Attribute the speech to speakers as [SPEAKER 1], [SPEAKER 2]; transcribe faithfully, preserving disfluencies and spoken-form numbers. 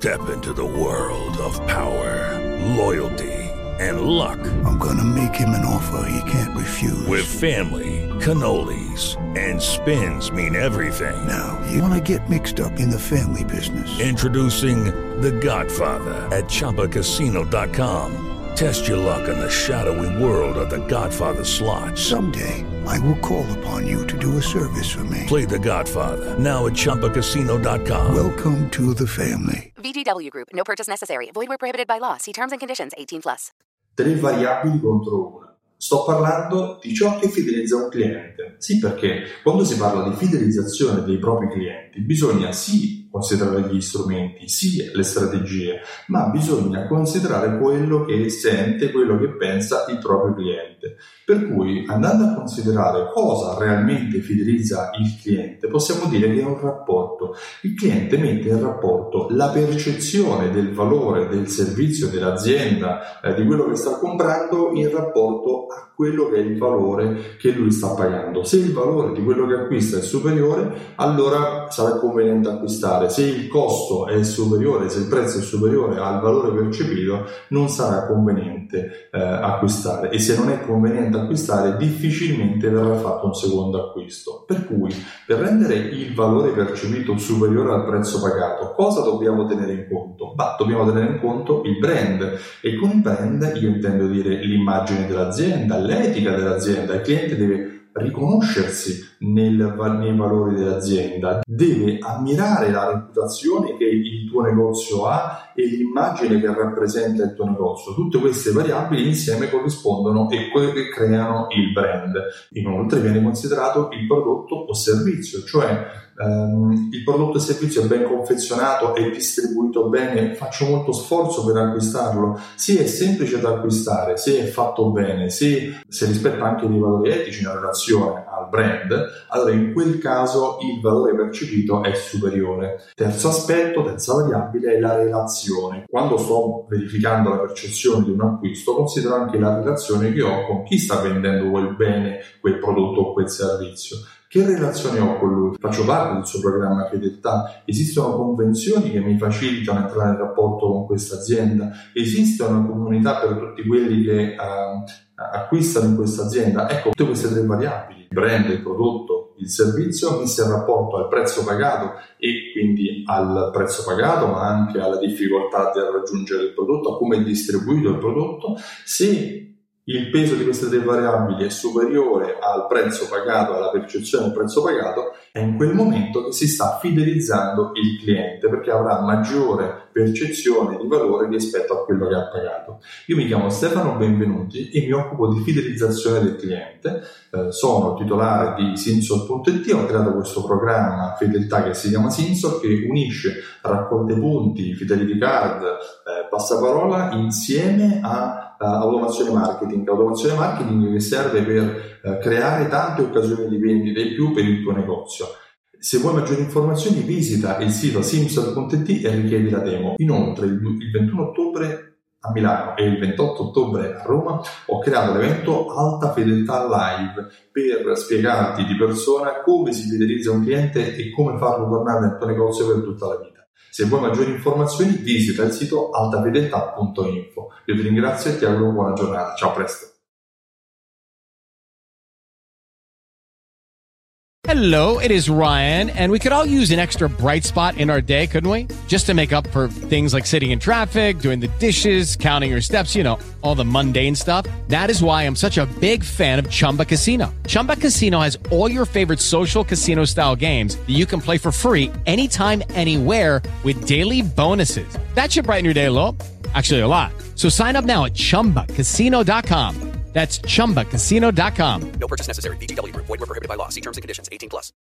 [SPEAKER 1] Step into the world of power, loyalty, and luck.
[SPEAKER 2] I'm gonna make him an offer he can't refuse.
[SPEAKER 1] With family, cannolis, and spins mean everything.
[SPEAKER 2] Now, you wanna get mixed up in the family business.
[SPEAKER 1] Introducing The Godfather at Chumba Casino dot com. Test your luck in the shadowy world of The Godfather slot.
[SPEAKER 2] Someday, I will call upon you to do a service for me.
[SPEAKER 1] Play The Godfather, now at Chumba Casino dot com.
[SPEAKER 2] Welcome to the family.
[SPEAKER 3] V G W Group. No purchase necessary. Void where prohibited by law. See terms and conditions. eighteen plus.
[SPEAKER 4] Tre variabili contro una. Sto parlando di ciò che fidelizza un cliente. Sì, perché quando si parla di fidelizzazione dei propri clienti bisogna sì considerare gli strumenti, sì le strategie, ma bisogna considerare quello che sente, quello che pensa il proprio cliente. Per cui, andando a considerare cosa realmente fidelizza il cliente, possiamo dire che è un rapporto. Il cliente mette in rapporto la percezione del valore del servizio dell'azienda, eh, di quello che sta comprando, in rapporto a quello che è il valore che lui sta pagando. Se il valore di quello che acquista è superiore, allora sarà conveniente acquistare. Se il costo è superiore, se il prezzo è superiore al valore percepito, non sarà conveniente eh, acquistare, e se non è conveniente acquistare difficilmente verrà fatto un secondo acquisto. Per cui, per rendere il valore percepito superiore al prezzo pagato, cosa dobbiamo tenere in conto? Bah, dobbiamo tenere in conto il brand, e con il brand io intendo dire l'immagine dell'azienda, l'etica dell'azienda. Il cliente deve riconoscersi nel, nei valori dell'azienda, deve ammirare la reputazione che il tuo negozio ha e l'immagine che rappresenta il tuo negozio. Tutte queste variabili insieme corrispondono e que- creano il brand. Inoltre viene considerato il prodotto o servizio, cioè um, il prodotto e servizio è ben confezionato, è distribuito bene, faccio molto sforzo per acquistarlo, se è semplice da acquistare, se è fatto bene, se, se rispetta anche dei valori etici in relazione al brand, allora in quel caso il valore percepito è superiore. Terzo aspetto, terza variabile, è la relazione. Quando sto verificando la percezione di un acquisto, considero anche la relazione che ho con chi sta vendendo quel bene, quel prodotto o quel servizio. Che relazione ho con lui? Faccio parte del suo programma fedeltà? Esistono convenzioni che mi facilitano entrare in rapporto con questa azienda? Esiste una comunità per tutti quelli che uh, acquistano in questa azienda? Ecco, tutte queste tre variabili, il brand, il prodotto, il servizio, messe in rapporto al prezzo pagato e quindi al prezzo pagato, ma anche alla difficoltà di raggiungere il prodotto, a come è distribuito il prodotto. Se il peso di queste tre variabili è superiore al prezzo pagato, alla percezione del prezzo pagato, è in quel momento che si sta fidelizzando il cliente, perché avrà maggiore percezione di valore rispetto a quello che ha pagato. Io mi chiamo Stefano Benvenuti e mi occupo di fidelizzazione del cliente, eh, sono titolare di Sinsol punto it, ho creato questo programma fedeltà che si chiama Sinsol, che unisce raccolte punti, fidelity card, eh, passaparola insieme a Uh, automazione marketing, automazione marketing che serve per uh, creare tante occasioni di vendita in più per il tuo negozio. Se vuoi maggiori informazioni visita il sito Sinsol punto it e richiedi la demo. Inoltre il, il ventuno ottobre a Milano e il ventotto ottobre a Roma ho creato l'evento Alta Fedeltà Live per spiegarti di persona come si fidelizza un cliente e come farlo tornare nel tuo negozio per tutta la vita. Se vuoi maggiori informazioni visita il sito altafedeltà punto info. Io ti ringrazio e ti auguro una buona giornata. Ciao, a presto.
[SPEAKER 5] Hello, it is Ryan, and we could all use an extra bright spot in our day, couldn't we? Just to make up for things like sitting in traffic, doing the dishes, counting your steps, you know, all the mundane stuff. That is why I'm such a big fan of Chumba Casino. Chumba Casino has all your favorite social casino-style games that you can play for free anytime, anywhere with daily bonuses. That should brighten your day a little. Actually, a lot. So sign up now at chumba casino dot com. That's chumba casino dot com.
[SPEAKER 6] No purchase necessary. V G W Group. Void where prohibited by law. See terms and conditions. eighteen plus.